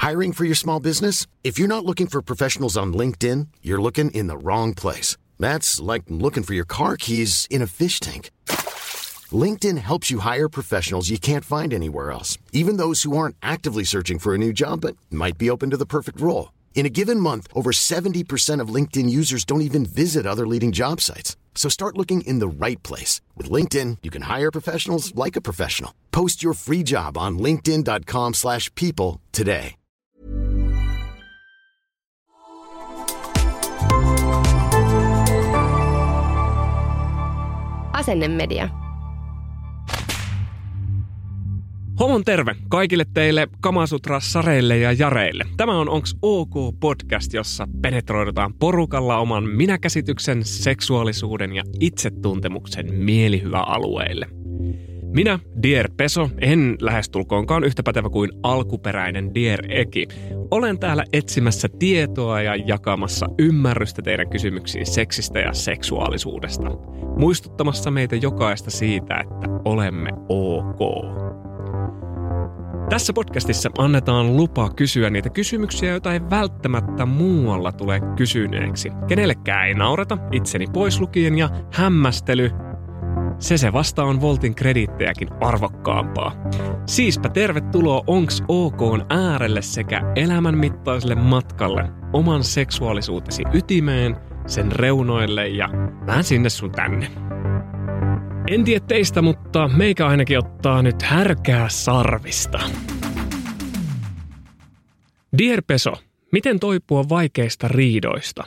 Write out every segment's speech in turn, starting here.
Hiring for your small business? If you're not looking for professionals on LinkedIn, you're looking in the wrong place. That's like looking for your car keys in a fish tank. LinkedIn helps you hire professionals you can't find anywhere else, even those who aren't actively searching for a new job but might be open to the perfect role. In a given month, over 70% of LinkedIn users don't even visit other leading job sites. So start looking in the right place. With LinkedIn, you can hire professionals like a professional. Post your free job on linkedin.com/people today. Asennemedia. Homon terve kaikille teille Kamasutra-sareille ja jareille. Tämä on Onks OK podcast, jossa penetroidutaan porukalla oman minäkäsityksen, seksuaalisuuden ja itsetuntemuksen mielihyväalueille. Minä, Dear Peso, en lähestulkoonkaan yhtä pätevä kuin alkuperäinen Dear Eki. Olen täällä etsimässä tietoa ja jakamassa ymmärrystä teidän kysymyksiin seksistä ja seksuaalisuudesta. Muistuttamassa meitä jokaista siitä, että olemme OK. Tässä podcastissa annetaan lupa kysyä niitä kysymyksiä, joita ei välttämättä muualla tule kysyneeksi. Kenellekään ei naureta, itseni pois lukien, ja hämmästely, se vasta on Voltin krediittejäkin arvokkaampaa. Siispä tervetuloa Onks OK:n äärelle sekä elämänmittaiselle matkalle oman seksuaalisuutesi ytimeen, sen reunoille ja vähän sinne sun tänne. En tiedä teistä, mutta meikä ainakin ottaa nyt härkää sarvista. Dear Peso, miten toipua vaikeista riidoista?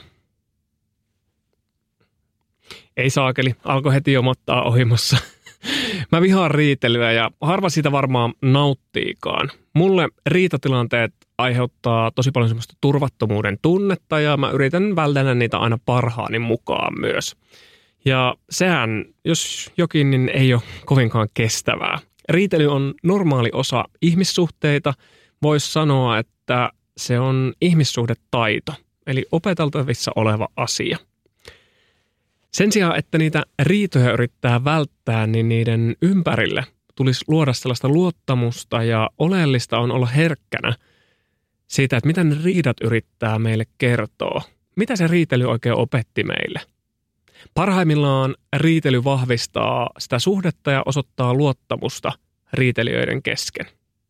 Ei saakeli, alkoi heti jomottaa ohimossa. Mä vihaan riitelyä ja harva siitä varmaan nauttiikaan. Mulle riitatilanteet aiheuttaa tosi paljon semmoista turvattomuuden tunnetta ja mä yritän vältellä niitä aina parhaani mukaan myös. Ja sehän, jos jokin, niin ei ole kovinkaan kestävää. Riitely on normaali osa ihmissuhteita. Voisi sanoa, että se on ihmissuhdetaito, eli opeteltavissa oleva asia. Sen sijaan, että niitä riitoja yrittää välttää, niin niiden ympärille tulisi luoda sellaista luottamusta ja oleellista on olla herkkänä siitä, että mitä ne riidat yrittää meille kertoa. Mitä se riitely oikein opetti meille? Parhaimmillaan riitely vahvistaa sitä suhdetta ja osoittaa luottamusta riitelijöiden kesken.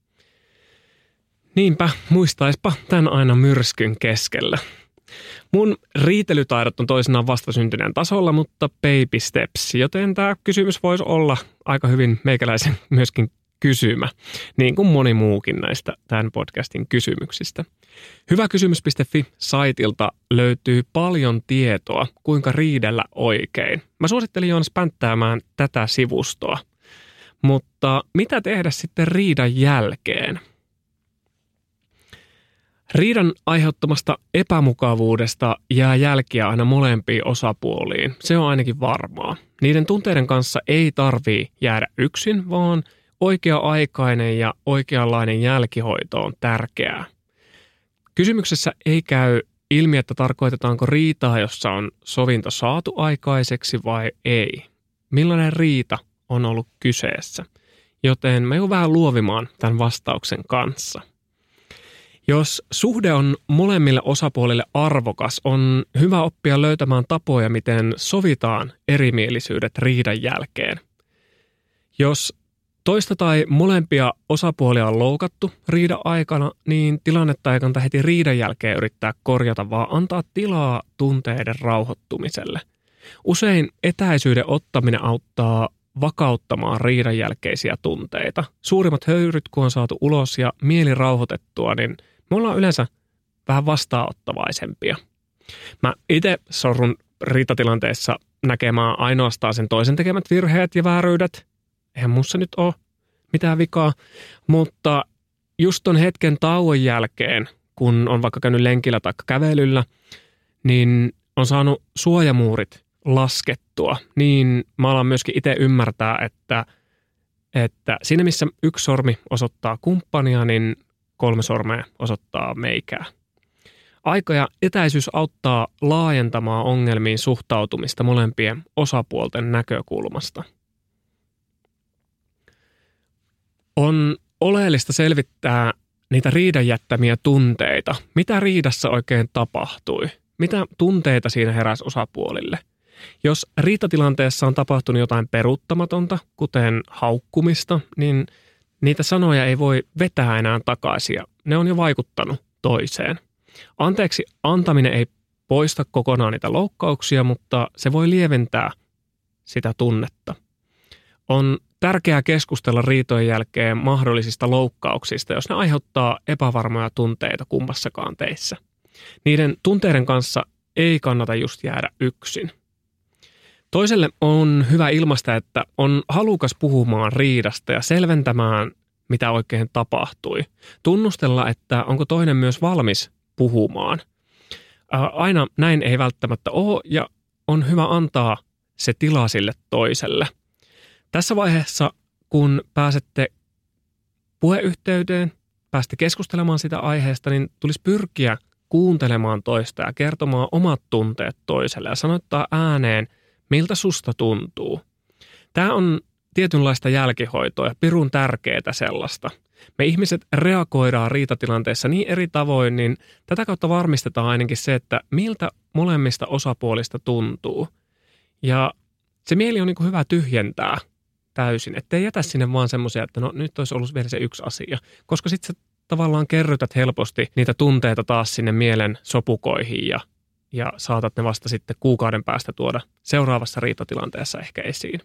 Niinpä, muistaispa tämän aina myrskyn keskellä. Mun riitelytaidot on toisinaan vastasyntyneen tasolla, mutta baby steps, joten tämä kysymys voisi olla aika hyvin meikäläisen myöskin kysymä, niin kuin moni muukin näistä tämän podcastin kysymyksistä. Hyväkysymys.fi-saitilta löytyy paljon tietoa, kuinka riidellä oikein. Mä suosittelin Joonas pänttäämään tätä sivustoa, mutta mitä tehdä sitten riidan jälkeen? Riidan aiheuttamasta epämukavuudesta jää jälkiä aina molempiin osapuoliin. Se on ainakin varmaa. Niiden tunteiden kanssa ei tarvii jäädä yksin, vaan oikea-aikainen ja oikeanlainen jälkihoito on tärkeää. Kysymyksessä ei käy ilmi, että tarkoitetaanko riitaa, jossa on sovinto saatu aikaiseksi vai ei. Millainen riita on ollut kyseessä? Joten mä joudun vähän luovimaan tämän vastauksen kanssa. Jos suhde on molemmille osapuolille arvokas, on hyvä oppia löytämään tapoja, miten sovitaan erimielisyydet riidan jälkeen. Jos toista tai molempia osapuolia on loukattu riidan aikana, niin tilannetta ei kannata heti riidan jälkeen yrittää korjata, vaan antaa tilaa tunteiden rauhoittumiselle. Usein etäisyyden ottaminen auttaa vakauttamaan riidan jälkeisiä tunteita. Suurimmat höyryt, kun on saatu ulos ja mieli rauhoitettua, niin me ollaan yleensä vähän vastaanottavaisempia. Mä itse sorrun riitatilanteessa näkemään ainoastaan sen toisen tekemät virheet ja vääryydet. Eihän musta nyt ole mitään vikaa, mutta just ton hetken tauon jälkeen, kun on vaikka käynyt lenkillä tai kävelyllä, niin on saanut suojamuurit laskettua. Niin mä alan myöskin itse ymmärtää, että siinä missä yksi sormi osoittaa kumppania, niin 3 sormea osoittaa meikää. Aika ja etäisyys auttaa laajentamaan ongelmiin suhtautumista molempien osapuolten näkökulmasta. On oleellista selvittää niitä riidan jättämiä tunteita. Mitä riidassa oikein tapahtui? Mitä tunteita siinä heräsi osapuolille? Jos riitatilanteessa on tapahtunut jotain peruuttamatonta, kuten haukkumista, niin niitä sanoja ei voi vetää enää takaisin ja ne on jo vaikuttanut toiseen. Anteeksi antaminen ei poista kokonaan niitä loukkauksia, mutta se voi lieventää sitä tunnetta. On tärkeää keskustella riitojen jälkeen mahdollisista loukkauksista, jos ne aiheuttaa epävarmoja tunteita kummassakaan teissä. Niiden tunteiden kanssa ei kannata just jäädä yksin. Toiselle on hyvä ilmaista, että on halukas puhumaan riidasta ja selventämään, mitä oikein tapahtui. Tunnustella, että onko toinen myös valmis puhumaan. Aina näin ei välttämättä ole ja on hyvä antaa se tila sille toiselle. Tässä vaiheessa, kun pääsette puheyhteyteen, pääsette keskustelemaan sitä aiheesta, niin tulisi pyrkiä kuuntelemaan toista ja kertomaan omat tunteet toiselle ja sanoittaa ääneen, miltä susta tuntuu. Tämä on tietynlaista jälkihoitoa ja pirun tärkeää sellaista. Me ihmiset reagoidaan riitatilanteessa niin eri tavoin, niin tätä kautta varmistetaan ainakin se, että miltä molemmista osapuolista tuntuu. Ja se mieli on niin kuin hyvä tyhjentää täysin, ettei jätä sinne vaan semmoisia, että no nyt olisi ollut vielä se yksi asia. Koska sitten sä tavallaan kerrytät helposti niitä tunteita taas sinne mielen sopukoihin ja saatat ne vasta sitten kuukauden päästä tuoda seuraavassa riitatilanteessa ehkä esiin.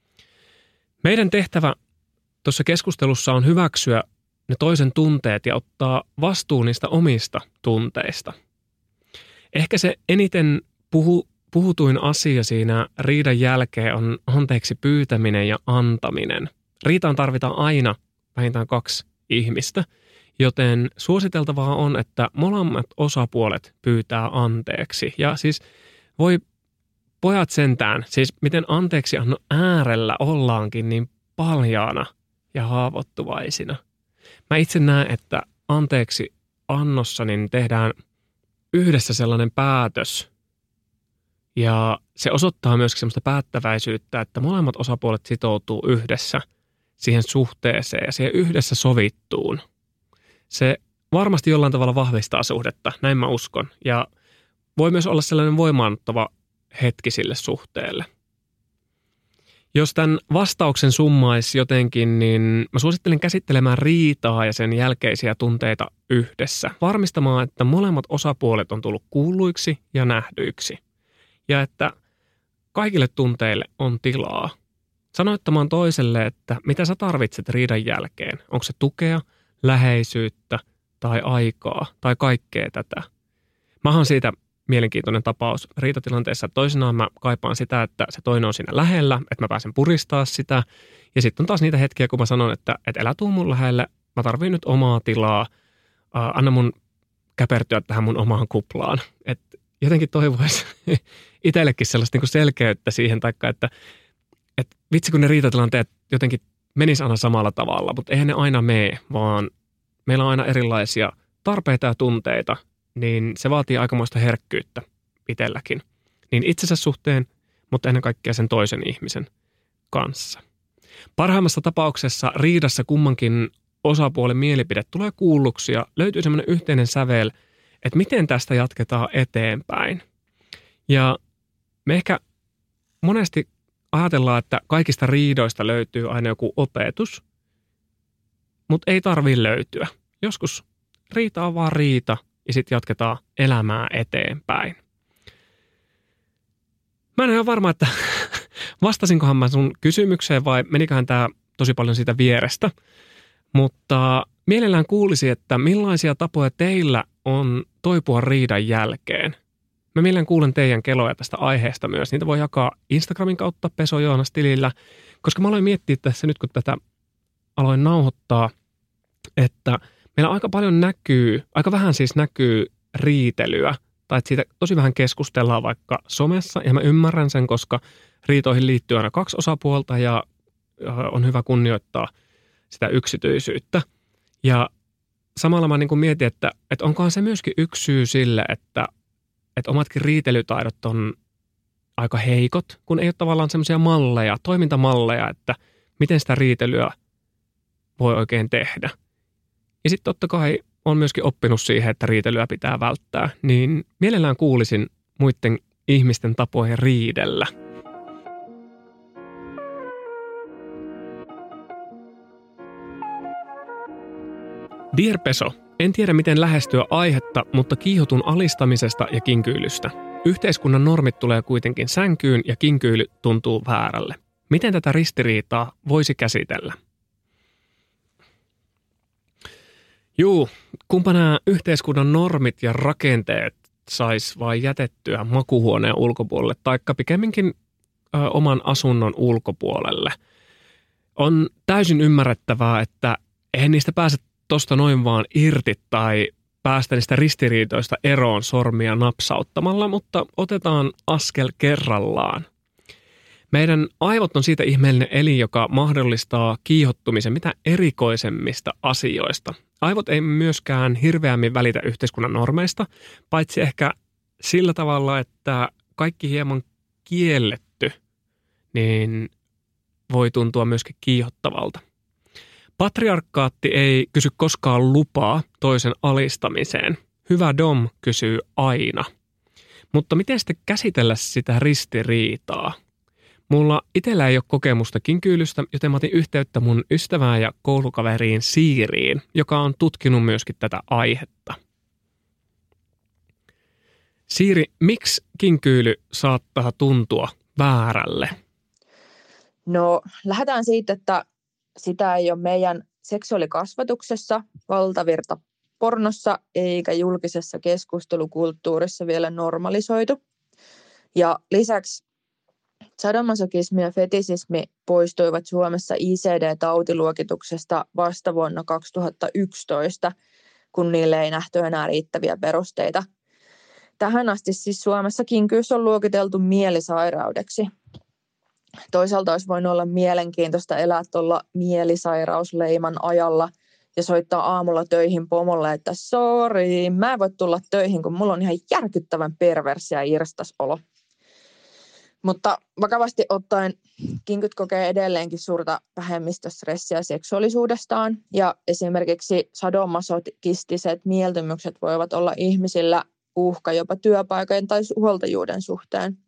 Meidän tehtävä tuossa keskustelussa on hyväksyä ne toisen tunteet ja ottaa vastuu niistä omista tunteista. Ehkä se eniten puhutuin asia siinä riidan jälkeen on anteeksi pyytäminen ja antaminen. Riitaan tarvitaan aina vähintään 2 ihmistä, joten suositeltavaa on, että molemmat osapuolet pyytää anteeksi. Ja siis voi pojat sentään, siis miten anteeksi annon äärellä ollaankin niin paljaana ja haavoittuvaisina. Mä itse näen, että anteeksi annossa niin tehdään yhdessä sellainen päätös. Ja se osoittaa myöskin semmoista päättäväisyyttä, että molemmat osapuolet sitoutuu yhdessä siihen suhteeseen ja siihen yhdessä sovittuun. Se varmasti jollain tavalla vahvistaa suhdetta, näin mä uskon. Ja voi myös olla sellainen voimaannuttava hetki sille suhteelle. Jos tämän vastauksen summaisi jotenkin, niin mä suosittelen käsittelemään riitaa ja sen jälkeisiä tunteita yhdessä. Varmistamaan, että molemmat osapuolet on tullut kuulluiksi ja nähdyiksi. Ja että kaikille tunteille on tilaa. Sanoittamaan toiselle, että mitä sä tarvitset riidan jälkeen. Onko se tukea, läheisyyttä tai aikaa tai kaikkea tätä. Mä oon siitä mielenkiintoinen tapaus riitatilanteessa. Toisinaan mä kaipaan sitä, että se toinen on siinä lähellä, että mä pääsen puristaa sitä. Ja sitten on taas niitä hetkiä, kun mä sanon, että älä tuu mun lähelle, mä tarviin nyt omaa tilaa, anna mun käpertyä tähän mun omaan kuplaan. Et jotenkin toivoisi itsellekin sellaista niin kuin selkeyttä siihen, taikka että vitsi kun ne riitatilanteet jotenkin menisi aina samalla tavalla, mutta eihän ne aina mene, vaan meillä on aina erilaisia tarpeita ja tunteita, niin se vaatii aikamoista herkkyyttä itselläkin. Niin itsensä suhteen, mutta ennen kaikkea sen toisen ihmisen kanssa. Parhaimmassa tapauksessa riidassa kummankin osapuolen mielipide tulee kuulluksi ja löytyy semmoinen yhteinen sävel, että miten tästä jatketaan eteenpäin. Ja me ehkä monesti ajatellaan, että kaikista riidoista löytyy aina joku opetus, mutta ei tarvitse löytyä. Joskus riita on vaan riita ja sitten jatketaan elämää eteenpäin. Mä en ole varma, että vastasinkohan mä sun kysymykseen vai meniköhän tää tosi paljon siitä vierestä. Mutta mielellään kuulisi, että millaisia tapoja teillä on toipua riidan jälkeen. Mä mielellään kuulen teidän keloja tästä aiheesta myös. Niitä voi jakaa Instagramin kautta Peso Joonas-tilillä, koska mä aloin miettiä tässä nyt, kun tätä aloin nauhoittaa, että meillä aika vähän siis näkyy riitelyä, tai että siitä tosi vähän keskustellaan vaikka somessa, ja mä ymmärrän sen, koska riitoihin liittyy aina 2 osapuolta, ja on hyvä kunnioittaa sitä yksityisyyttä. Ja samalla mä niin kuin mietin, että onkohan se myöskin yksi syy sille, että omatkin riitelytaidot on aika heikot, kun ei ole tavallaan semmoisia malleja, toimintamalleja, että miten sitä riitelyä voi oikein tehdä. Ja sitten totta kai on myöskin oppinut siihen, että riitelyä pitää välttää, niin mielellään kuulisin muiden ihmisten tapoihin riidellä. Dear Peso, en tiedä miten lähestyä aihetta, mutta kiihotun alistamisesta ja kinkyilystä. Yhteiskunnan normit tulee kuitenkin sänkyyn ja kinkyily tuntuu väärälle. Miten tätä ristiriitaa voisi käsitellä? Kumpa nämä yhteiskunnan normit ja rakenteet sais vain jätettyä makuuhuoneen ulkopuolelle, taikka pikemminkin oman asunnon ulkopuolelle. On täysin ymmärrettävää, että eihän niistä pääse tosta noin vaan irti tai päästä niistä ristiriitoista eroon sormia napsauttamalla, mutta otetaan askel kerrallaan. Meidän aivot on siitä ihmeellinen elin, joka mahdollistaa kiihottumisen mitä erikoisemmista asioista. Aivot ei myöskään hirveämmin välitä yhteiskunnan normeista, paitsi ehkä sillä tavalla, että kaikki hieman kielletty, niin voi tuntua myöskin kiihottavalta. Patriarkaatti ei kysy koskaan lupaa toisen alistamiseen. Hyvä dom kysyy aina. Mutta miten sitten käsitellä sitä ristiriitaa? Mulla itsellä ei ole kokemusta kinkyilystä, joten mä otin yhteyttä mun ystävään ja koulukaveriin Siiriin, joka on tutkinut myöskin tätä aihetta. Siiri, miksi kinkyily saattaa tuntua väärälle? No, lähdetään siitä, että sitä ei ole meidän seksuaalikasvatuksessa, valtavirta pornossa eikä julkisessa keskustelukulttuurissa vielä normalisoitu. Ja lisäksi sadomasokismi ja fetisismi poistuivat Suomessa ICD-tautiluokituksesta vasta vuonna 2011, kun niille ei nähty enää riittäviä perusteita. Tähän asti siis Suomessa kinkyys on luokiteltu mielisairaudeksi. Toisaalta olisi voinut olla mielenkiintoista elää tuolla mielisairausleiman ajalla ja soittaa aamulla töihin pomolle, että sori, mä en voi tulla töihin, kun mulla on ihan järkyttävän perversi ja irstasolo. Mutta vakavasti ottaen kinkyt kokee edelleenkin suurta vähemmistöstressiä seksuaalisuudestaan ja esimerkiksi sadomasokistiset mieltymykset voivat olla ihmisillä uhka jopa työpaikan tai huoltajuuden suhteen.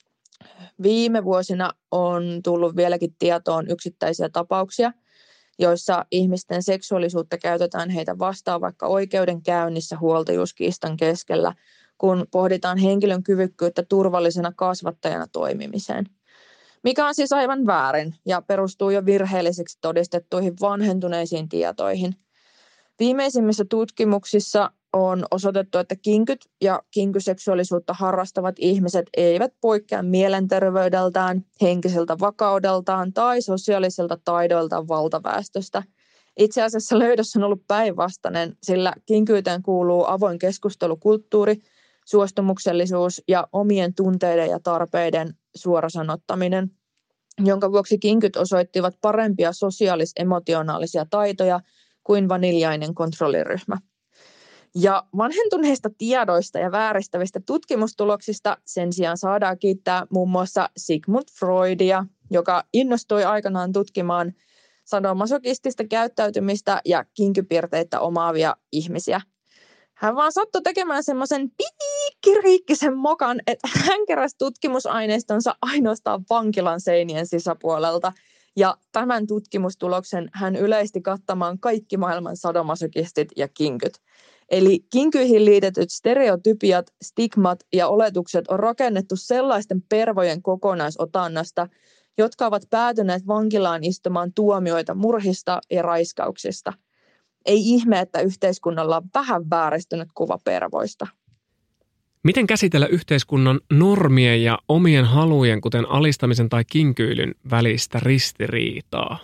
Viime vuosina on tullut vieläkin tietoon yksittäisiä tapauksia, joissa ihmisten seksuaalisuutta käytetään heitä vastaan vaikka oikeudenkäynnissä huoltajuuskiistan keskellä, kun pohditaan henkilön kyvykkyyttä turvallisena kasvattajana toimimiseen. Mikä on siis aivan väärin ja perustuu jo virheellisiksi todistettuihin vanhentuneisiin tietoihin. Viimeisimmissä tutkimuksissa on osoitettu, että kinkyt ja kinkyseksuaalisuutta harrastavat ihmiset eivät poikkea mielenterveydeltään, henkiseltä vakaudeltaan tai sosiaalisilta taidoiltaan valtaväestöstä. Itse asiassa löydös on ollut päinvastainen, sillä kinkyyteen kuuluu avoin keskustelukulttuuri, suostumuksellisuus ja omien tunteiden ja tarpeiden suorasanottaminen, jonka vuoksi kinkyt osoittivat parempia sosiaalis-emotionaalisia taitoja kuin vaniljainen kontrolliryhmä. Ja vanhentuneista tiedoista ja vääristävistä tutkimustuloksista sen sijaan saadaan kiittää muun muassa Sigmund Freudia, joka innostui aikanaan tutkimaan sadomasokistista käyttäytymistä ja kinkypiirteitä omaavia ihmisiä. Hän vaan sattui tekemään semmoisen piikkiriikkisen mokan, että hän keräsi tutkimusaineistonsa ainoastaan vankilan seinien sisäpuolelta. Ja tämän tutkimustuloksen hän yleisti kattamaan kaikki maailman sadomasokistit ja kinkyt. Eli kinkyihin liitetyt stereotypiat, stigmat ja oletukset on rakennettu sellaisten pervojen kokonaisotannasta, jotka ovat päätyneet vankilaan istumaan tuomioita murhista ja raiskauksista. Ei ihme, että yhteiskunnalla on vähän vääristynyt kuva pervoista. Miten käsitellä yhteiskunnan normien ja omien halujen, kuten alistamisen tai kinkyilyn, välistä ristiriitaa?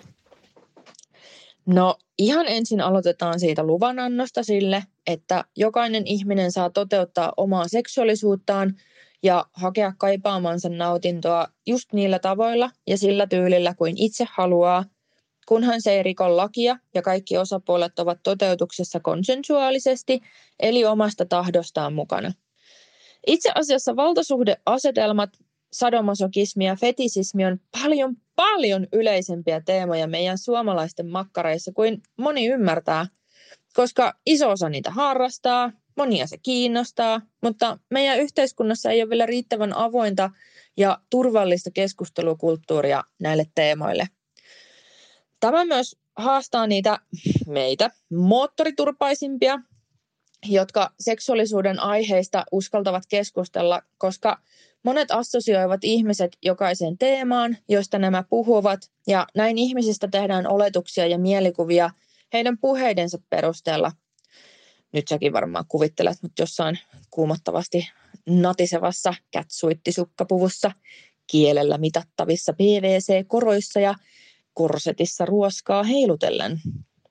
No ihan ensin aloitetaan siitä luvanannosta sille, että jokainen ihminen saa toteuttaa omaa seksuaalisuuttaan ja hakea kaipaamansa nautintoa just niillä tavoilla ja sillä tyylillä kuin itse haluaa, kunhan se ei riko lakia ja kaikki osapuolet ovat toteutuksessa konsensuaalisesti, eli omasta tahdostaan mukana. Itse asiassa valtasuhdeasetelmat, sadomasokismi ja fetisismi on paljon yleisempiä teemoja meidän suomalaisten makkareissa kuin moni ymmärtää, koska iso osa niitä harrastaa, monia se kiinnostaa, mutta meidän yhteiskunnassa ei ole vielä riittävän avointa ja turvallista keskustelukulttuuria näille teemoille. Tämä myös haastaa meitä moottoriturpaisimpia, jotka seksuaalisuuden aiheista uskaltavat keskustella, koska monet assosioivat ihmiset jokaiseen teemaan, josta nämä puhuvat, ja näin ihmisistä tehdään oletuksia ja mielikuvia heidän puheidensa perusteella. Nyt säkin varmaan kuvittelet mut jossain kuumottavasti natisevassa catsuittisukkapuvussa, kielellä mitattavissa PVC-koroissa ja korsetissa ruoskaa heilutellen.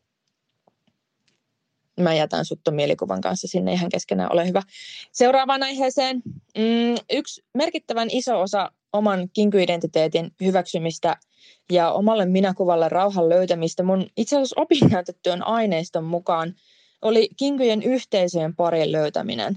Mä jätän sut ton mielikuvan kanssa sinne ihan keskenään, ole hyvä. Seuraavaan aiheeseen. Yksi merkittävän iso osa oman kinky-identiteetin hyväksymistä ja omalle minäkuvalle rauhan löytämistä mun itse asiassa opinnäytetyön aineiston mukaan oli kinkyjen yhteisöjen parien löytäminen.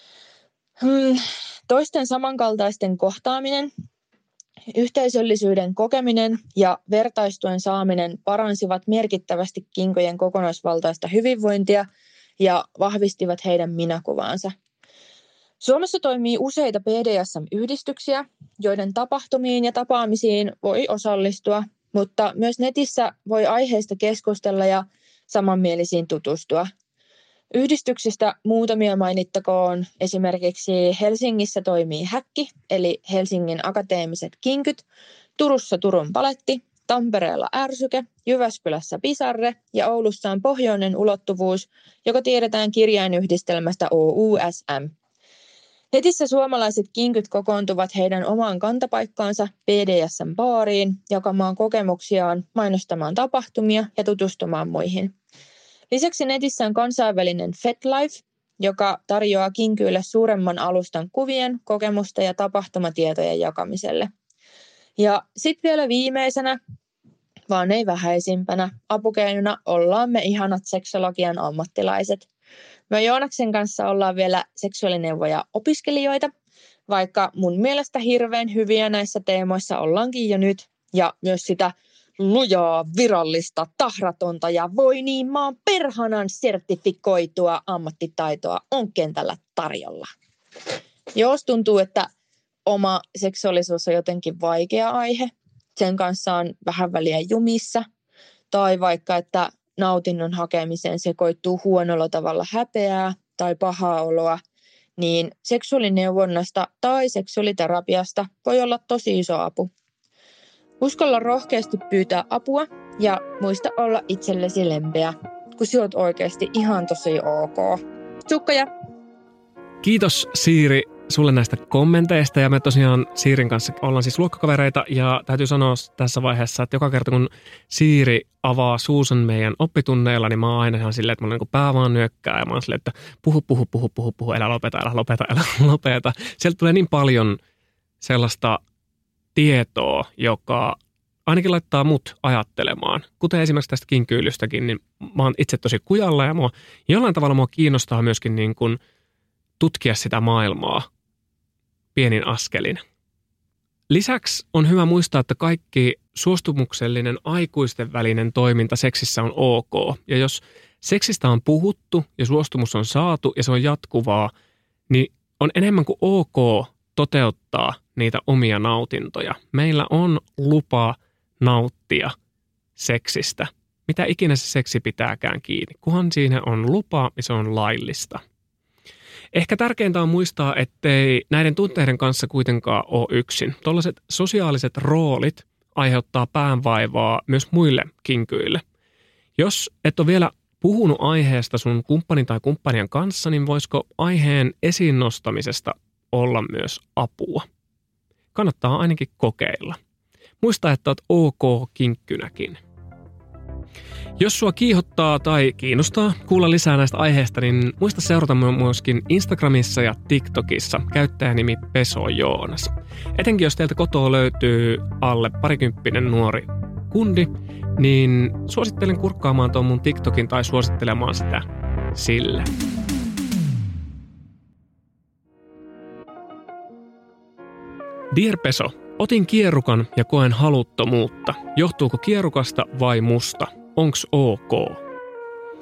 Toisten samankaltaisten kohtaaminen, yhteisöllisyyden kokeminen ja vertaistuen saaminen paransivat merkittävästi kinkyjen kokonaisvaltaista hyvinvointia ja vahvistivat heidän minäkuvaansa. Suomessa toimii useita BDSM-yhdistyksiä, joiden tapahtumiin ja tapaamisiin voi osallistua, mutta myös netissä voi aiheesta keskustella ja samanmielisiin tutustua. Yhdistyksistä muutamia mainittakoon. Esimerkiksi Helsingissä toimii Häkki, eli Helsingin akateemiset kinkyt, Turussa Turun paletti, Tampereella Ärsyke, Jyväskylässä Pisarre ja Oulussa on Pohjoinen ulottuvuus, joka tiedetään kirjainyhdistelmästä OUSM. Netissä suomalaiset kinkyt kokoontuvat heidän omaan kantapaikkaansa BDSM-baariin, jakamaan kokemuksiaan, mainostamaan tapahtumia ja tutustumaan muihin. Lisäksi netissä on kansainvälinen FetLife, joka tarjoaa kinkyille suuremman alustan kuvien, kokemusta ja tapahtumatietojen jakamiselle. Ja sitten vielä viimeisenä, vaan ei vähäisimpänä, apukeinona ollaan me ihanat seksologian ammattilaiset. Me Joonaksen kanssa ollaan vielä seksuaalineuvoja opiskelijoita, vaikka mun mielestä hirveän hyviä näissä teemoissa ollaankin jo nyt, ja myös sitä lujaa, virallista, tahratonta ja voi niin maan perhanan sertifikoitua ammattitaitoa on kentällä tarjolla. Jos tuntuu, että oma seksuaalisuus on jotenkin vaikea aihe, sen kanssa on vähän väliä jumissa, tai vaikka, että nautinnon hakemiseen sekoittuu huonolla tavalla häpeää tai pahaa oloa, niin seksuaalineuvonnasta tai seksuaaliterapiasta voi olla tosi iso apu. Uskalla rohkeasti pyytää apua ja muista olla itsellesi lempeä, kun sä oot oikeasti ihan tosi ok. Tsukkoja! Kiitos Siiri sulle näistä kommenteista ja me tosiaan Siirin kanssa ollaan siis luokkakavereita ja täytyy sanoa tässä vaiheessa, että joka kerta kun Siiri avaa suusan meidän oppitunneilla, niin mä oon aina ihan silleen, että mulla on niin pää vaan nyökkää ja mä oon silleen, että puhu, älä lopeta. Sieltä tulee niin paljon sellaista tietoa, joka ainakin laittaa mut ajattelemaan. Kuten esimerkiksi tästä kinkyylystäkin, niin mä oon itse tosi kujalla ja jollain tavalla mua kiinnostaa myöskin niin kuin tutkia sitä maailmaa pienin askelin. Lisäksi on hyvä muistaa, että kaikki suostumuksellinen aikuisten välinen toiminta seksissä on ok. Ja jos seksistä on puhuttu ja suostumus on saatu ja se on jatkuvaa, niin on enemmän kuin ok toteuttaa niitä omia nautintoja. Meillä on lupa nauttia seksistä. Mitä ikinä se seksi pitääkään kiinni. Kunhan siinä on lupa, niin se on laillista. Ehkä tärkeintä on muistaa, ettei näiden tunteiden kanssa kuitenkaan ole yksin. Tuollaiset sosiaaliset roolit aiheuttaa päänvaivaa myös muille kinkyille. Jos et ole vielä puhunut aiheesta sun kumppanin tai kumppanien kanssa, niin voisiko aiheen esiin nostamisesta olla myös apua? Kannattaa ainakin kokeilla. Muista, että oot ok kinkkynäkin. Jos sua kiihottaa tai kiinnostaa kuulla lisää näistä aiheista, niin muista seurata myöskin Instagramissa ja TikTokissa käyttäjänimi Peso Joonas. Etenkin jos teiltä kotoa löytyy alle 20 nuori kundi, niin suosittelen kurkkaamaan tuon mun TikTokin tai suosittelemaan sitä sille. Dear Peso, otin kierukan ja koen haluttomuutta. Johtuuko kierukasta vai musta? Onks ok?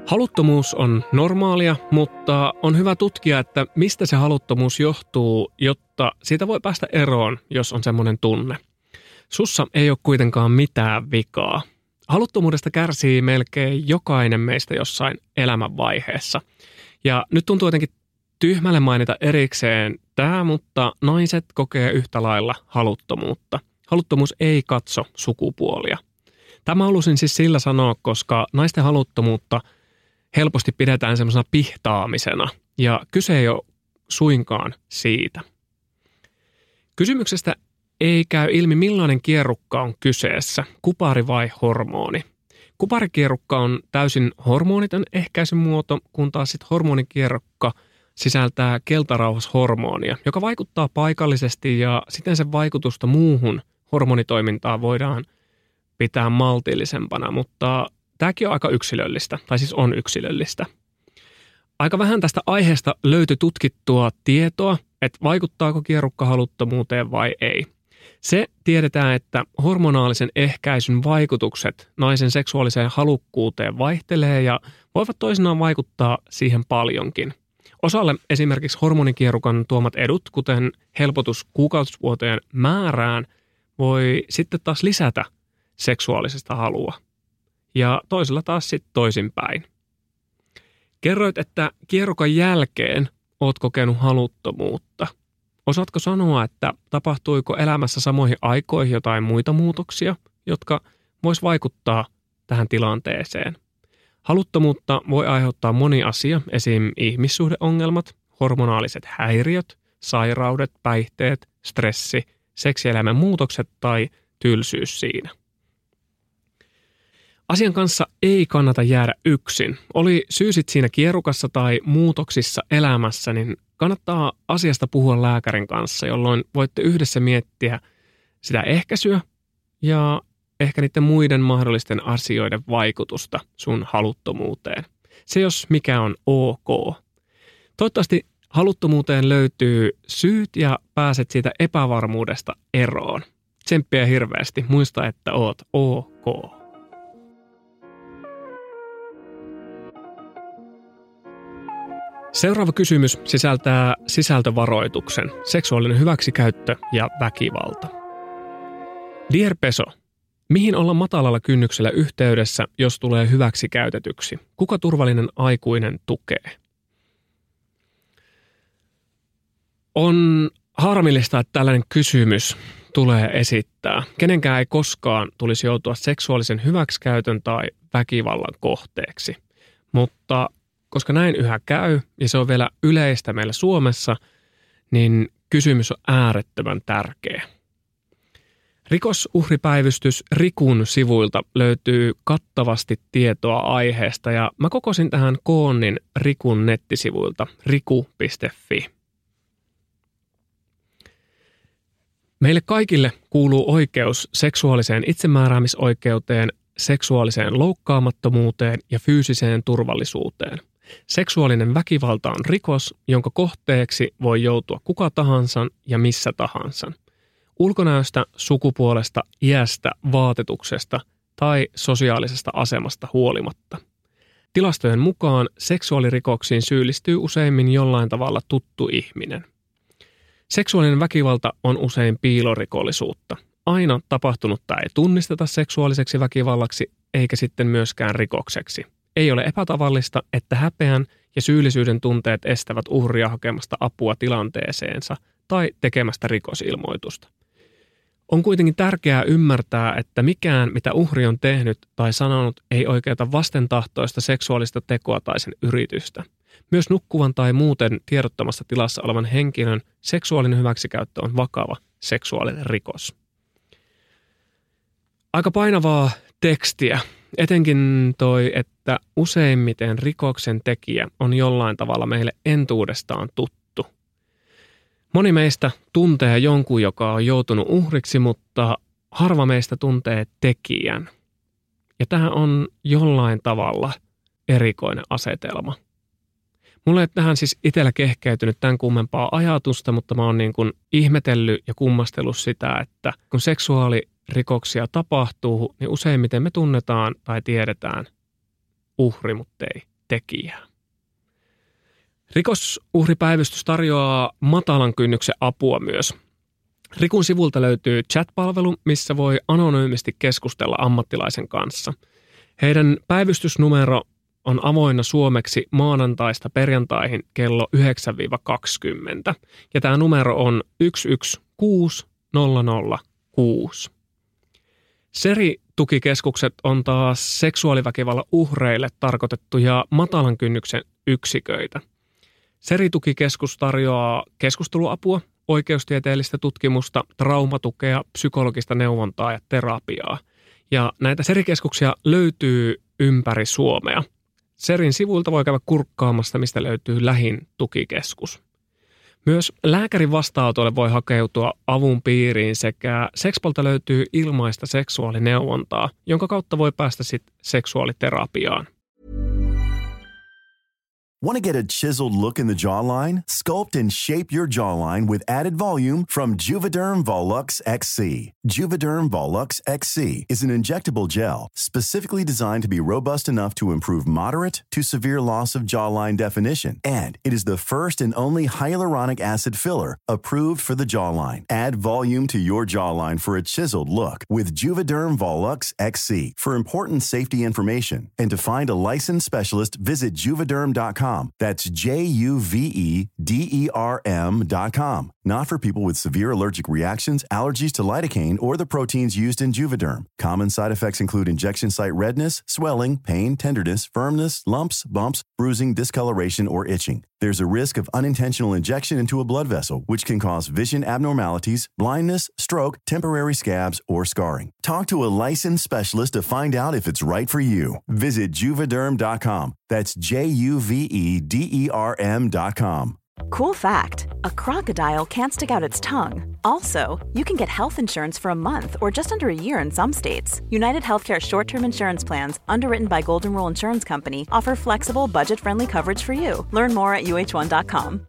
Haluttomuus on normaalia, mutta on hyvä tutkia, että mistä se haluttomuus johtuu, jotta siitä voi päästä eroon, jos on semmoinen tunne. Sussa ei ole kuitenkaan mitään vikaa. Haluttomuudesta kärsii melkein jokainen meistä jossain elämänvaiheessa. Ja nyt tuntuu jotenkin tyhmälle mainita erikseen tämä, mutta naiset kokee yhtä lailla haluttomuutta. Haluttomuus ei katso sukupuolia. Tämä halusin siis sillä sanoa, koska naisten haluttomuutta helposti pidetään semmoisena pihtaamisena, ja kyse ei ole suinkaan siitä. Kysymyksestä ei käy ilmi, millainen kierrukka on kyseessä, kupari vai hormoni. Kuparikierrukka on täysin hormoniton ehkäisymuoto, kun taas sitten hormonikierrukka sisältää keltarauhashormonia, joka vaikuttaa paikallisesti ja siten sen vaikutusta muuhun hormonitoimintaan voidaan pitää maltillisempana, mutta tämäkin on aika yksilöllistä, tai siis on yksilöllistä. Aika vähän tästä aiheesta löytyi tutkittua tietoa, että vaikuttaako kierrukka haluttomuuteen vai ei. Se tiedetään, että hormonaalisen ehkäisyn vaikutukset naisen seksuaaliseen halukkuuteen vaihtelee ja voivat toisinaan vaikuttaa siihen paljonkin. Osalle esimerkiksi hormonikierukan tuomat edut, kuten helpotus kuukautisvuotojen määrään, voi sitten taas lisätä seksuaalisesta halua. Ja toisella taas sitten toisinpäin. Kerroit, että kierukan jälkeen oot kokenut haluttomuutta. Osaatko sanoa, että tapahtuiko elämässä samoihin aikoihin jotain muita muutoksia, jotka vois vaikuttaa tähän tilanteeseen? Haluttomuutta voi aiheuttaa moni asia, esim. Ihmissuhdeongelmat, hormonaaliset häiriöt, sairaudet, päihteet, stressi, seksielämän muutokset tai tylsyys siinä. Asian kanssa ei kannata jäädä yksin. Oli syysit siinä kierukassa tai muutoksissa elämässä, niin kannattaa asiasta puhua lääkärin kanssa, jolloin voitte yhdessä miettiä sitä ehkäisyä ja ehkä niiden muiden mahdollisten asioiden vaikutusta sun haluttomuuteen. Se jos mikä on ok. Toivottavasti haluttomuuteen löytyy syyt ja pääset siitä epävarmuudesta eroon. Tsemppiä hirveästi. Muista, että oot ok. Seuraava kysymys sisältää sisältövaroituksen, seksuaalinen hyväksikäyttö ja väkivalta. Dear Peso, mihin olla matalalla kynnyksellä yhteydessä, jos tulee hyväksikäytetyksi? Kuka turvallinen aikuinen tukee? On harmillista, että tällainen kysymys tulee esittää. Kenenkään ei koskaan tulisi joutua seksuaalisen hyväksikäytön tai väkivallan kohteeksi, mutta koska näin yhä käy, ja se on vielä yleistä meillä Suomessa, niin kysymys on äärettömän tärkeä. Rikosuhripäivystys Rikun sivuilta löytyy kattavasti tietoa aiheesta, ja mä kokosin tähän koonnin Rikun nettisivuilta riku.fi. Meille kaikille kuuluu oikeus seksuaaliseen itsemääräämisoikeuteen, seksuaaliseen loukkaamattomuuteen ja fyysiseen turvallisuuteen. Seksuaalinen väkivalta on rikos, jonka kohteeksi voi joutua kuka tahansa ja missä tahansa. Ulkonäöstä, sukupuolesta, iästä, vaatetuksesta tai sosiaalisesta asemasta huolimatta. Tilastojen mukaan seksuaalirikoksiin syyllistyy useimmin jollain tavalla tuttu ihminen. Seksuaalinen väkivalta on usein piilorikollisuutta. Aina tapahtunutta ei tunnisteta seksuaaliseksi väkivallaksi eikä sitten myöskään rikokseksi. Ei ole epätavallista, että häpeän ja syyllisyyden tunteet estävät uhria hakemasta apua tilanteeseensa tai tekemästä rikosilmoitusta. On kuitenkin tärkeää ymmärtää, että mikään, mitä uhri on tehnyt tai sanonut, ei oikeuta vastentahtoista seksuaalista tekoa tai sen yritystä. Myös nukkuvan tai muuten tiedottomassa tilassa olevan henkilön seksuaalinen hyväksikäyttö on vakava seksuaalinen rikos. Aika painavaa tekstiä, etenkin toi, että useimmiten rikoksen tekijä on jollain tavalla meille entuudestaan tuttu. Moni meistä tuntee jonkun, joka on joutunut uhriksi, mutta harva meistä tuntee tekijän. Ja tämä on jollain tavalla erikoinen asetelma. Mulla ei tähän siis itsellä kehkeytynyt tämän kummempaa ajatusta, mutta mä oon niin kuin ihmetellyt ja kummastellut sitä, että kun seksuaalirikoksia tapahtuu, niin useimmiten me tunnetaan tai tiedetään uhri, mutta ei tekijää. Rikosuhripäivystys tarjoaa matalan kynnyksen apua myös. Rikun sivulta löytyy chat-palvelu, missä voi anonyymisti keskustella ammattilaisen kanssa. Heidän päivystysnumero on avoinna suomeksi maanantaista perjantaihin kello 9-20. Ja tämä numero on 116006. Seri-tukikeskukset on taas seksuaaliväkivallan uhreille tarkoitettuja matalan kynnyksen yksiköitä. Seri-tukikeskus tarjoaa keskusteluapua, oikeustieteellistä tutkimusta, traumatukea, psykologista neuvontaa ja terapiaa. Ja näitä serikeskuksia löytyy ympäri Suomea. Serin sivuilta voi käydä kurkkaamassa, mistä löytyy lähin tukikeskus. Myös lääkärin vastaanotolle voi hakeutua avun piiriin sekä Sexpolta löytyy ilmaista seksuaalineuvontaa, jonka kautta voi päästä sitten seksuaaliterapiaan. Want to get a chiseled look in the jawline? Sculpt and shape your jawline with added volume from Juvederm Volux XC. Juvederm Volux XC is an injectable gel specifically designed to be robust enough to improve moderate to severe loss of jawline definition. And it is the first and only hyaluronic acid filler approved for the jawline. Add volume to your jawline for a chiseled look with Juvederm Volux XC. For important safety information and to find a licensed specialist, visit juvederm.com. That's JUVEDERM.com. Not for people with severe allergic reactions, allergies to lidocaine, or the proteins used in Juvederm. Common side effects include injection site redness, swelling, pain, tenderness, firmness, lumps, bumps, bruising, discoloration, or itching. There's a risk of unintentional injection into a blood vessel, which can cause vision abnormalities, blindness, stroke, temporary scabs, or scarring. Talk to a licensed specialist to find out if it's right for you. Visit Juvederm.com. That's JUVEDERM.com. Cool fact, a crocodile can't stick out its tongue. Also, you can get health insurance for a month or just under a year in some states. United Healthcare short-term insurance plans, underwritten by Golden Rule Insurance Company, offer flexible, budget-friendly coverage for you. Learn more at UH1.com.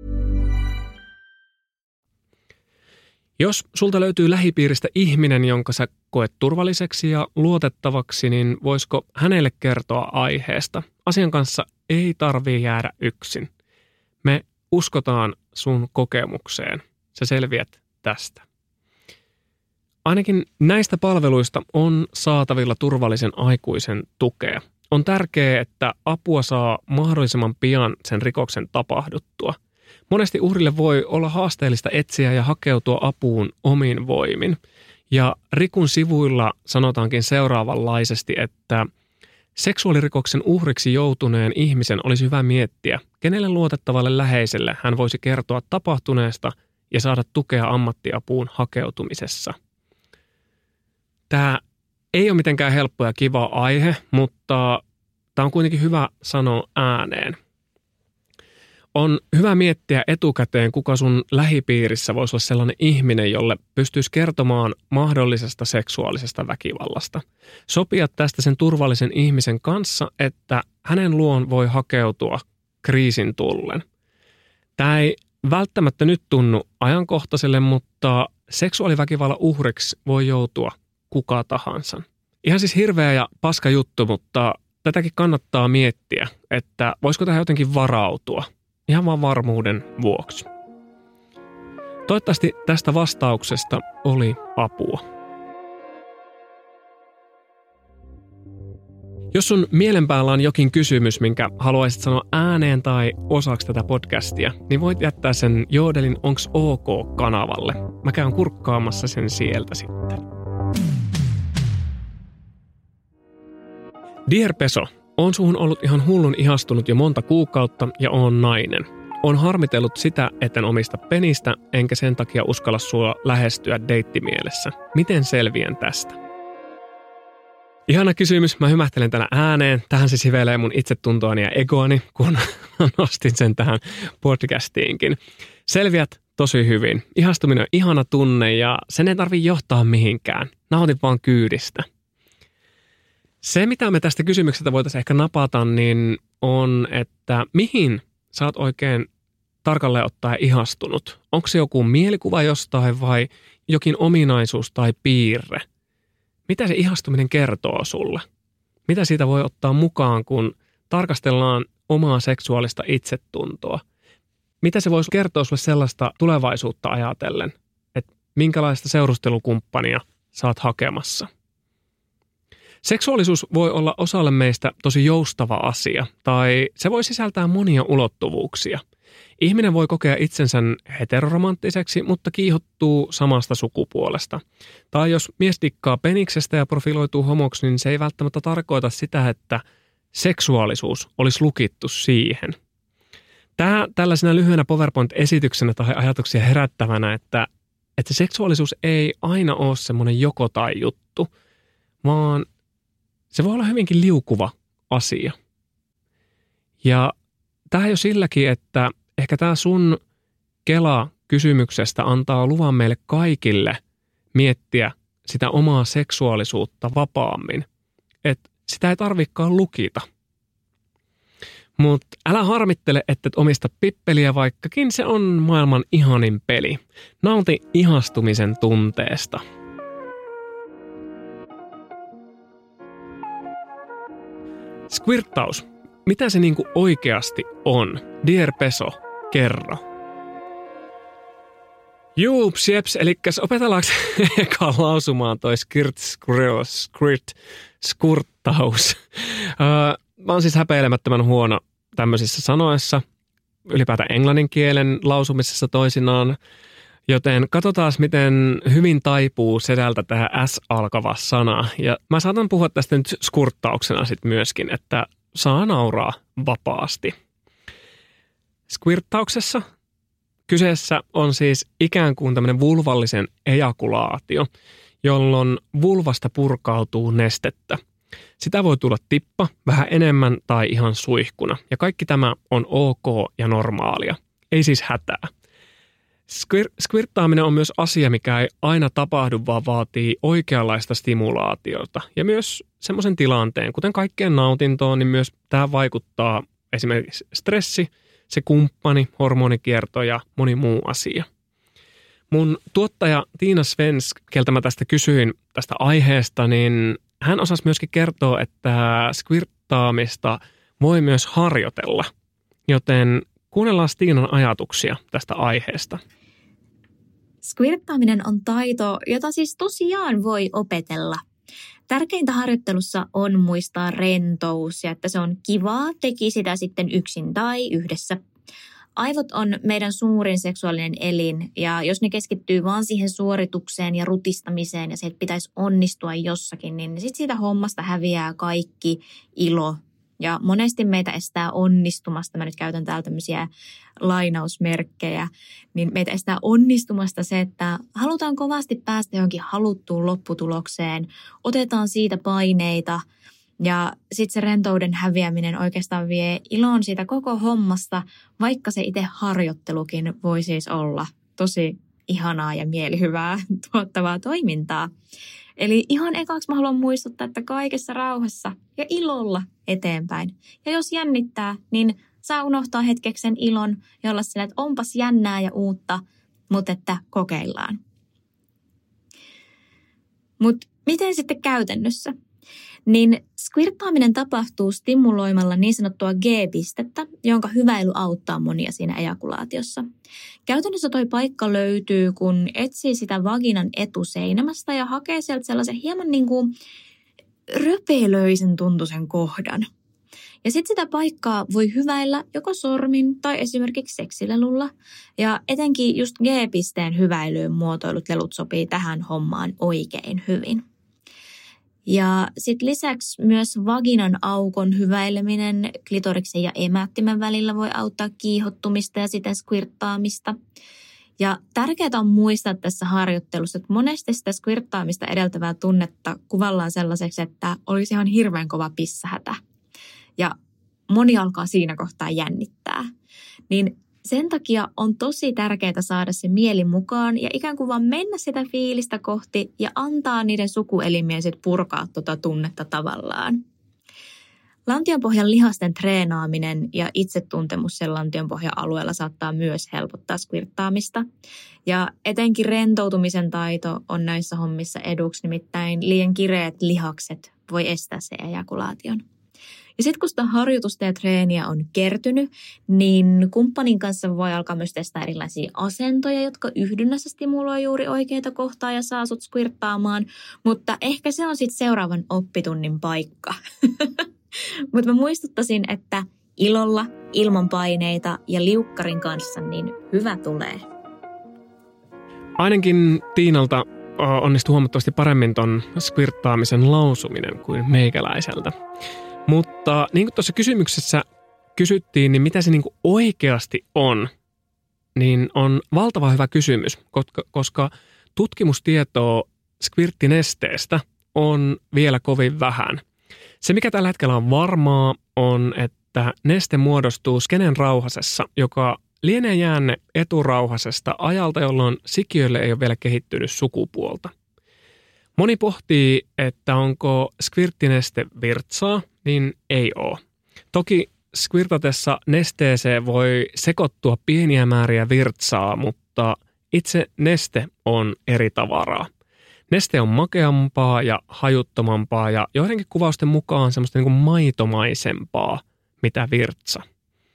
Jos sulta löytyy lähipiiristä ihminen, jonka sä koet turvalliseksi ja luotettavaksi, niin voisiko hänelle kertoa aiheesta? Asian kanssa ei tarvii jäädä yksin. Me uskotaan sun kokemukseen. Sä selviät tästä. Ainakin näistä palveluista on saatavilla turvallisen aikuisen tukea. On tärkeää, että apua saa mahdollisimman pian sen rikoksen tapahduttua. Monesti uhrille voi olla haasteellista etsiä ja hakeutua apuun omin voimin. Ja Rikun sivuilla sanotaankin seuraavanlaisesti, että seksuaalirikoksen uhriksi joutuneen ihmisen olisi hyvä miettiä, kenelle luotettavalle läheiselle hän voisi kertoa tapahtuneesta ja saada tukea ammattiapuun hakeutumisessa. Tämä ei ole mitenkään helppo ja kiva aihe, mutta tämä on kuitenkin hyvä sanoa ääneen. On hyvä miettiä etukäteen, kuka sun lähipiirissä voisi olla sellainen ihminen, jolle pystyisi kertomaan mahdollisesta seksuaalisesta väkivallasta. Sopia tästä sen turvallisen ihmisen kanssa, että hänen luon voi hakeutua kriisin tullen. Tämä ei välttämättä nyt tunnu ajankohtaiselle, mutta seksuaaliväkivallan uhriksi voi joutua kuka tahansa. Ihan siis hirveä ja paska juttu, mutta tätäkin kannattaa miettiä, että voisiko tähän jotenkin varautua. Ihan vaan varmuuden vuoksi. Toivottavasti tästä vastauksesta oli apua. Jos sun mielen päällä on jokin kysymys, minkä haluaisit sanoa ääneen tai osaksi tätä podcastia, niin voit jättää sen Joodelin Onks OK-kanavalle. Mä käyn kurkkaamassa sen sieltä sitten. Dear Peso, oon suhun ollut ihan hullun ihastunut jo monta kuukautta ja oon nainen. Oon harmitellut sitä, etten omista penistä, enkä sen takia uskalla sua lähestyä deittimielessä. Miten selviän tästä? Ihana kysymys. Mä hymähtelen tänä ääneen. Tähän se sivelee mun itsetuntoani ja egoani, kun nostin sen tähän podcastiinkin. Selviät tosi hyvin. Ihastuminen on ihana tunne ja sen ei tarvitse johtaa mihinkään. Nautit vaan kyydistä. Se, mitä me tästä kysymyksestä voitaisiin ehkä napata, niin on, että mihin sä oot oikein tarkalleen ottaen ihastunut? Onko se joku mielikuva jostain vai jokin ominaisuus tai piirre? Mitä se ihastuminen kertoo sulle? Mitä siitä voi ottaa mukaan, kun tarkastellaan omaa seksuaalista itsetuntoa. Mitä se voisi kertoa sulle sellaista tulevaisuutta ajatellen, että minkälaista seurustelukumppania sä oot hakemassa? Seksuaalisuus voi olla osalle meistä tosi joustava asia, tai se voi sisältää monia ulottuvuuksia. Ihminen voi kokea itsensä heteroromanttiseksi, mutta kiihottuu samasta sukupuolesta. Tai jos mies dikkaa peniksestä ja profiloituu homoksi, niin se ei välttämättä tarkoita sitä, että seksuaalisuus olisi lukittu siihen. Tämä tällaisena lyhyenä PowerPoint-esityksenä tai ajatuksia herättävänä, että se seksuaalisuus ei aina ole semmoinen joko tai juttu, vaan se voi olla hyvinkin liukuva asia. Ja tämä jo silläkin, että ehkä tämä sun Kela-kysymyksestä antaa luvan meille kaikille miettiä sitä omaa seksuaalisuutta vapaammin. Että sitä ei tarvitsekaan lukita. Mutta älä harmittele, että et omista pippeliä, vaikkakin se on maailman ihanin peli. Nauti ihastumisen tunteesta. Squirttaus. Mitä se niinku oikeasti on? Dear Peso, kerro. Juups, jeps, elikkäs opetellaanko eka lausumaan toi squirttaus. Mä oon siis häpeilemättömän huono tämmöisissä sanoissa, ylipäätään englannin kielen lausumisessa toisinaan, joten katsotaan, miten hyvin taipuu sedältä tähän S-alkava sana. Ja mä saatan puhua tästä nyt skurttauksena sitten myöskin, että saa nauraa vapaasti. Squirttauksessa kyseessä on siis ikään kuin tämmöinen vulvallisen ejakulaatio, jolloin vulvasta purkautuu nestettä. Sitä voi tulla tippa, vähän enemmän tai ihan suihkuna. Ja kaikki tämä on ok ja normaalia. Ei siis hätää. Squirttaaminen on myös asia, mikä ei aina tapahdu, vaan vaatii oikeanlaista stimulaatiota. Ja myös semmoisen tilanteen, kuten kaikkeen nautintoon, niin myös tämä vaikuttaa esimerkiksi stressi, se kumppani, hormonikierto ja moni muu asia. Mun tuottaja Tiina Svensk, keltä mä tästä kysyin tästä aiheesta, niin hän osasi myöskin kertoa, että squirttaamista voi myös harjoitella. Joten kuunnellaan Tiinan ajatuksia tästä aiheesta. Squirttaaminen on taito, jota siis tosiaan voi opetella. Tärkeintä harjoittelussa on muistaa rentous ja että se on kivaa, teki sitä sitten yksin tai yhdessä. Aivot on meidän suurin seksuaalinen elin ja jos ne keskittyy vaan siihen suoritukseen ja rutistamiseen ja se, että pitäisi onnistua jossakin, niin sitten siitä hommasta häviää kaikki ilo. Ja monesti meitä estää onnistumasta, mä nyt käytän täällä tämmöisiä lainausmerkkejä, niin meitä estää onnistumasta se, että halutaan kovasti päästä johonkin haluttuun lopputulokseen, otetaan siitä paineita ja sitten se rentouden häviäminen oikeastaan vie ilon siitä koko hommasta, vaikka se itse harjoittelukin voi siis olla tosi ihanaa ja mielihyvää tuottavaa toimintaa. Eli ihan ekaksi mä haluan muistuttaa, että kaikessa rauhassa ja ilolla eteenpäin. Ja jos jännittää, niin saa unohtaa hetkeksi sen ilon ja olla sillä, että onpas jännää ja uutta, mutta että kokeillaan. Mutta miten sitten käytännössä? Niin squirttaaminen tapahtuu stimuloimalla niin sanottua G-pistettä, jonka hyväily auttaa monia siinä ejakulaatiossa. Käytännössä toi paikka löytyy, kun etsii sitä vaginan etuseinämästä ja hakee sieltä sellaisen hieman niin kuin röpelöisen tuntuisen kohdan. Ja sitten sitä paikkaa voi hyväillä joko sormin tai esimerkiksi seksilelulla. Ja etenkin just G-pisteen hyväilyyn muotoilut lelut sopii tähän hommaan oikein hyvin. Ja sitten lisäksi myös vaginan aukon hyväileminen klitoriksen ja emättimen välillä voi auttaa kiihottumista ja siten squirttaamista. Ja tärkeää on muistaa tässä harjoittelussa, että monesti sitä squirttaamista edeltävää tunnetta kuvallaan sellaiseksi, että olisi ihan hirveän kova pissähätä. Ja moni alkaa siinä kohtaa jännittää. Niin sen takia on tosi tärkeää saada se mieli mukaan ja ikään kuin vaan mennä sitä fiilistä kohti ja antaa niiden sukuelimien sit purkaa tuota tunnetta tavallaan. Lantionpohjan lihasten treenaaminen ja itsetuntemus sen lantionpohjan alueella saattaa myös helpottaa squirttaamista. Ja etenkin rentoutumisen taito on näissä hommissa eduksi, nimittäin liian kireät lihakset voi estää se ejakulaation. Ja sitten kun sitä harjoitusta ja treeniä on kertynyt, niin kumppanin kanssa voi alkaa myös testaa erilaisia asentoja, jotka yhdynnässä stimuloi juuri oikeita kohtaa ja saa sut squirttaamaan. Mutta ehkä se on sitten seuraavan oppitunnin paikka. Mutta mä muistuttaisin, että ilolla, ilman paineita ja liukkarin kanssa, niin hyvä tulee. Ainakin Tiinalta onnistui huomattavasti paremmin ton squirttaamisen lausuminen kuin meikäläiseltä. Mutta niin kuin tuossa kysymyksessä kysyttiin, niin mitä se niin kuin oikeasti on, niin on valtava hyvä kysymys, koska tutkimustietoa squirttinesteestä on vielä kovin vähän. Se, mikä tällä hetkellä on varmaa, on, että neste muodostuu skenen rauhasessa, joka lienee jäänne eturauhasesta ajalta, jolloin sikiöille ei ole vielä kehittynyt sukupuolta. Moni pohtii, että onko squirttineste virtsaa, niin ei ole. Toki squirtatessa nesteeseen voi sekoittua pieniä määriä virtsaa, mutta itse neste on eri tavaraa. Neste on makeampaa ja hajuttomampaa ja joidenkin kuvausten mukaan semmoista niin kuin maitomaisempaa, mitä virtsa.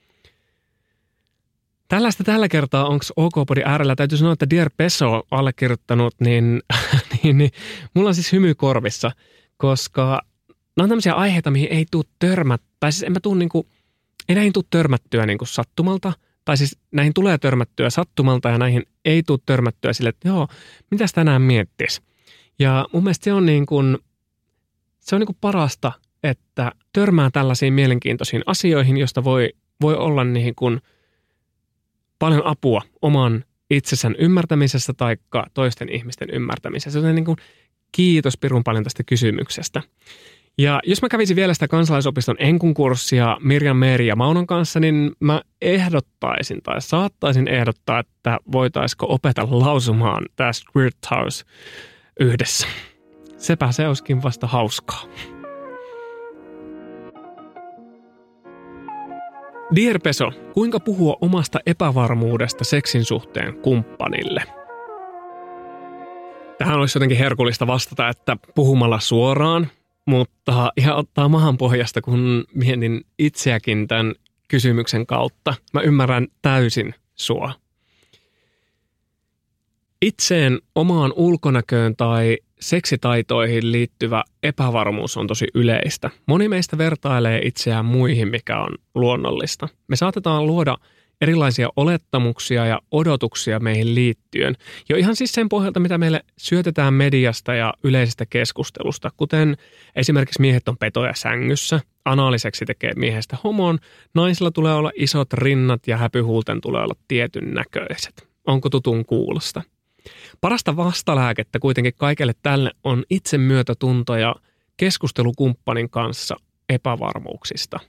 Tällaista tällä kertaa onko OK-podin äärellä. Täytyy sanoa, että Dear Peso allekirjoittanut, niin mulla on siis hymy korvissa, koska nämä on tämmöisiä aiheita, mihin ei tule törmättyä. Tai siis ei näihin tule törmättyä niin kuin sattumalta. Tai siis näihin tulee törmättyä sattumalta ja näihin ei tule törmättyä sille, että joo, mitäs tänään miettisi. Ja mun mielestä se on niin kuin parasta, että törmää tällaisiin mielenkiintoisiin asioihin, josta voi olla niin kuin paljon apua oman itsensä ymmärtämisessä tai toisten ihmisten ymmärtämisessä. Joten niin kuin kiitos pirun paljon tästä kysymyksestä. Ja jos mä kävisin vielä sitä kansalaisopiston Enkun-kurssia Mirjam, Meeri ja Maunon kanssa, niin mä ehdottaisin tai saattaisin ehdottaa, että voitaisiko opetella lausumaan tämä squirthouse yhdessä. Sepä se olisikin vasta hauskaa. Dear Peso, kuinka puhua omasta epävarmuudesta seksin suhteen kumppanille? Tähän olisi jotenkin herkullista vastata, että puhumalla suoraan, mutta ihan ottaa mahan pohjasta, kun mietin itseäkin tämän kysymyksen kautta. Mä ymmärrän täysin sua. Itseen, omaan ulkonäköön tai seksitaitoihin liittyvä epävarmuus on tosi yleistä. Moni meistä vertailee itseään muihin, mikä on luonnollista. Me saatetaan luoda erilaisia olettamuksia ja odotuksia meihin liittyen. Jo ihan siis sen pohjalta, mitä meille syötetään mediasta ja yleisestä keskustelusta, kuten esimerkiksi miehet on petoja sängyssä, anaaliseksi tekee miehestä homon, naisilla tulee olla isot rinnat ja häpyhuulten tulee olla tietyn näköiset. Onko tutun kuulosta? Parasta vastalääkettä kuitenkin kaikelle tälle on itsemyötätunto ja keskustelukumppanin kanssa epävarmuuksista.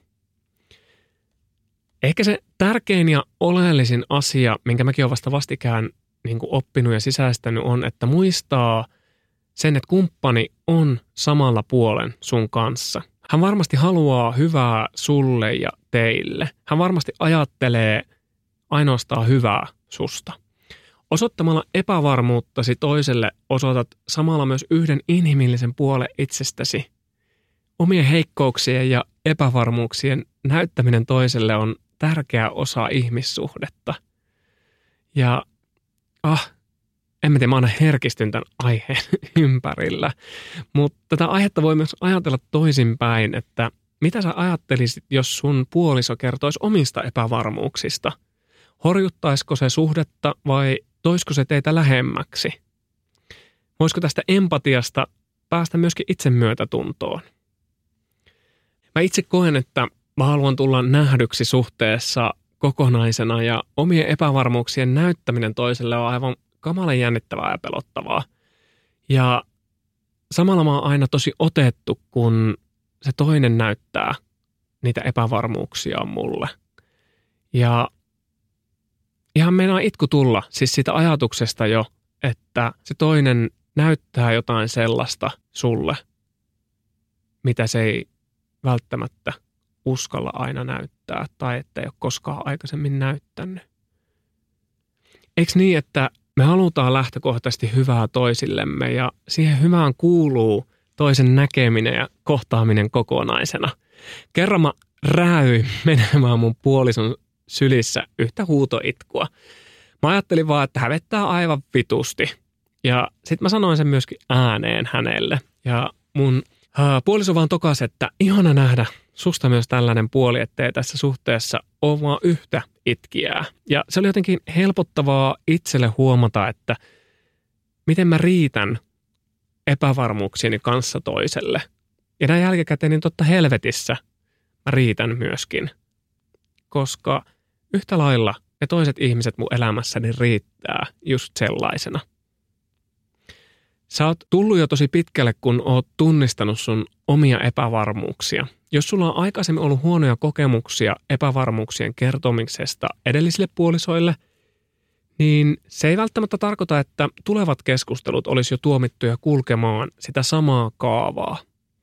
Ehkä se tärkein ja oleellisin asia, minkä mäkin olen vasta vastikään oppinut ja sisäistänyt, on, että muistaa sen, että kumppani on samalla puolen sun kanssa. Hän varmasti haluaa hyvää sulle ja teille. Hän varmasti ajattelee ainoastaan hyvää susta. Osoittamalla epävarmuuttasi toiselle osoitat samalla myös yhden inhimillisen puolen itsestäsi. Omien heikkouksien ja epävarmuuksien näyttäminen toiselle on tärkeä osa ihmissuhdetta. Ja en mä tiedä, mä aina herkistyn tämän aiheen ympärillä. Mutta tätä aihetta voi myös ajatella toisinpäin, että mitä sä ajattelisit, jos sun puoliso kertoisi omista epävarmuuksista? Horjuttaisiko se suhdetta vai toisiko se teitä lähemmäksi? Voisiko tästä empatiasta päästä myöskin itsemyötätuntoon? Mä itse koen, että mä haluan tulla nähdyksi suhteessa kokonaisena ja omien epävarmuuksien näyttäminen toiselle on aivan kamalan jännittävää ja pelottavaa. Ja samalla mä oon aina tosi otettu, kun se toinen näyttää niitä epävarmuuksia mulle. Ja ihan meinaa itku tulla siis siitä ajatuksesta jo, että se toinen näyttää jotain sellaista sulle, mitä se ei välttämättä uskalla aina näyttää tai että ei ole koskaan aikaisemmin näyttänyt. Eikö niin, että me halutaan lähtökohtaisesti hyvää toisillemme ja siihen hyvään kuuluu toisen näkeminen ja kohtaaminen kokonaisena. Kerran mä rääyin menemään mun puolison sylissä yhtä huutoitkua. Mä ajattelin vaan, että hävettää aivan vitusti. Ja sit mä sanoin sen myöskin ääneen hänelle. Ja mun puoliso vaan tokasi, että ihana nähdä susta myös tällainen puoli, ettei tässä suhteessa ole vaan yhtä itkijää. Ja se oli jotenkin helpottavaa itselle huomata, että miten mä riitän epävarmuuksieni kanssa toiselle. Ja näin jälkikäteen, niin totta helvetissä mä riitän myöskin. Koska yhtä lailla ne toiset ihmiset mun elämässäni riittää just sellaisena. Sä oot tullut jo tosi pitkälle, kun oot tunnistanut sun omia epävarmuuksia. Jos sulla on aikaisemmin ollut huonoja kokemuksia epävarmuuksien kertomisesta edellisille puolisoille, niin se ei välttämättä tarkoita, että tulevat keskustelut olisi jo tuomittuja kulkemaan sitä samaa kaavaa.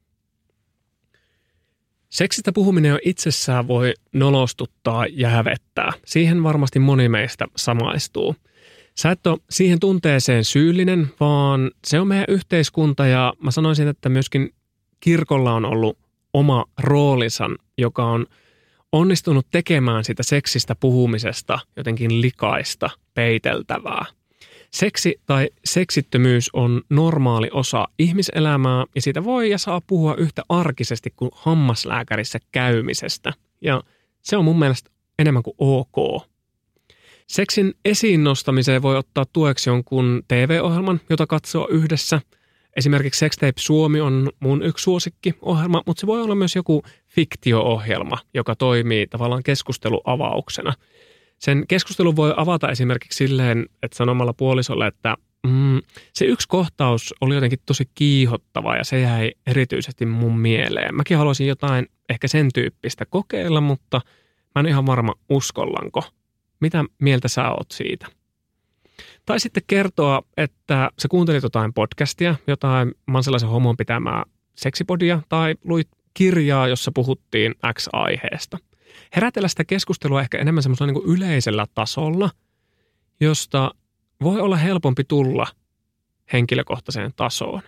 Seksistä puhuminen jo itsessään voi nolostuttaa ja hävettää. Siihen varmasti moni meistä samaistuu. Sä et ole siihen tunteeseen syyllinen, vaan se on meidän yhteiskunta ja mä sanoisin, että myöskin kirkolla on ollut oma roolinsa, joka on onnistunut tekemään sitä seksistä puhumisesta jotenkin likaista, peiteltävää. Seksi tai seksittömyys on normaali osa ihmiselämää ja siitä voi ja saa puhua yhtä arkisesti kuin hammaslääkärissä käymisestä. Ja se on mun mielestä enemmän kuin ok. Seksin esiin nostamiseen voi ottaa tueksi jonkun TV-ohjelman, jota katsoo yhdessä. Esimerkiksi Sextape Suomi on mun yksi suosikkiohjelma, mutta se voi olla myös joku fiktio-ohjelma, joka toimii tavallaan keskusteluavauksena. Sen keskustelun voi avata esimerkiksi silleen, että sanomalla puolisolle, että se yksi kohtaus oli jotenkin tosi kiihottava ja se jäi erityisesti mun mieleen. Mäkin haluaisin jotain ehkä sen tyyppistä kokeilla, mutta mä en ihan varma uskollanko. Mitä mieltä sä oot siitä? Tai sitten kertoa, että sä kuuntelit jotain podcastia, jotain Manselaisen homon pitämää seksipodia tai luit kirjaa, jossa puhuttiin X-aiheesta. Herätellä sitä keskustelua ehkä enemmän semmoisella niin kuin yleisellä tasolla, josta voi olla helpompi tulla henkilökohtaiseen tasoon.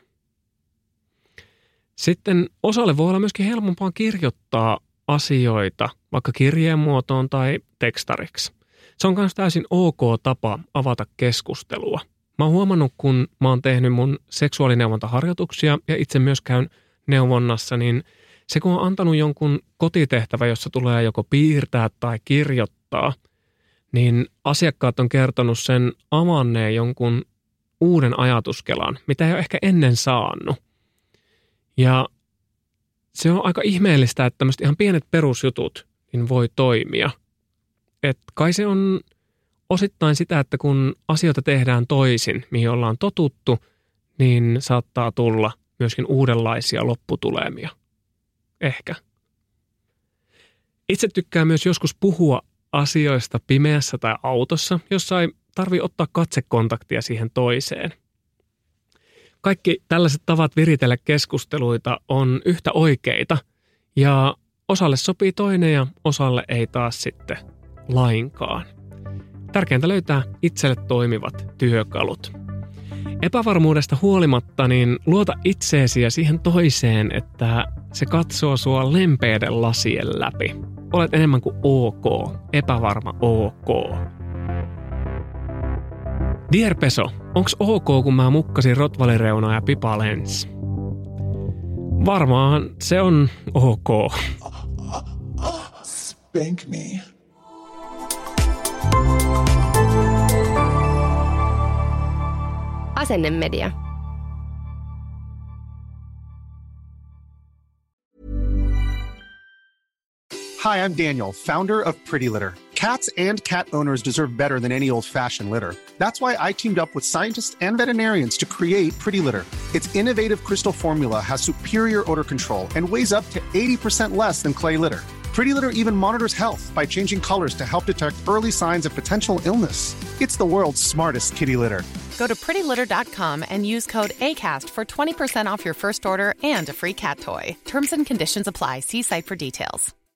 Sitten osalle voi olla myöskin helpompaa kirjoittaa asioita vaikka kirjeen muotoon tai tekstariksi. Se on myös täysin ok tapa avata keskustelua. Mä oon huomannut, kun mä oon tehnyt mun seksuaalineuvontaharjoituksia ja itse myös käyn neuvonnassa, niin se kun on antanut jonkun kotitehtävä, jossa tulee joko piirtää tai kirjoittaa, niin asiakkaat on kertonut sen avanneen jonkun uuden ajatuskelan, mitä ei ole ehkä ennen saanut. Ja se on aika ihmeellistä, että tämmöiset ihan pienet perusjutut niin voi toimia. Et kai se on osittain sitä, että kun asioita tehdään toisin, mihin ollaan totuttu, niin saattaa tulla myöskin uudenlaisia lopputulemia. Ehkä. Itse tykkään myös joskus puhua asioista pimeässä tai autossa, jossa ei tarvitse ottaa katsekontaktia siihen toiseen. Kaikki tällaiset tavat viritellä keskusteluita on yhtä oikeita ja osalle sopii toinen ja osalle ei taas sitten lainkaan. Tärkeintä löytää itselle toimivat työkalut. Epävarmuudesta huolimatta niin luota itseesi ja siihen toiseen, että se katsoo sua lempeiden lasien läpi. Olet enemmän kuin ok, epävarma ok. Dear Peso, onks ok kun mä mukkasin rotvalireunaa ja pipa lensi? Varmaan se on ok. Spank me. Asennemedia. Hi, I'm Daniel, founder of Pretty Litter. Cats and cat owners deserve better than any old-fashioned litter. That's why I teamed up with scientists and veterinarians to create Pretty Litter. Its innovative crystal formula has superior odor control and weighs up to 80% less than clay litter. Pretty Litter even monitors health by changing colors to help detect early signs of potential illness. It's the world's smartest kitty litter. Go to prettylitter.com and use code ACAST for 20% off your first order and a free cat toy. Terms and conditions apply. See site for details.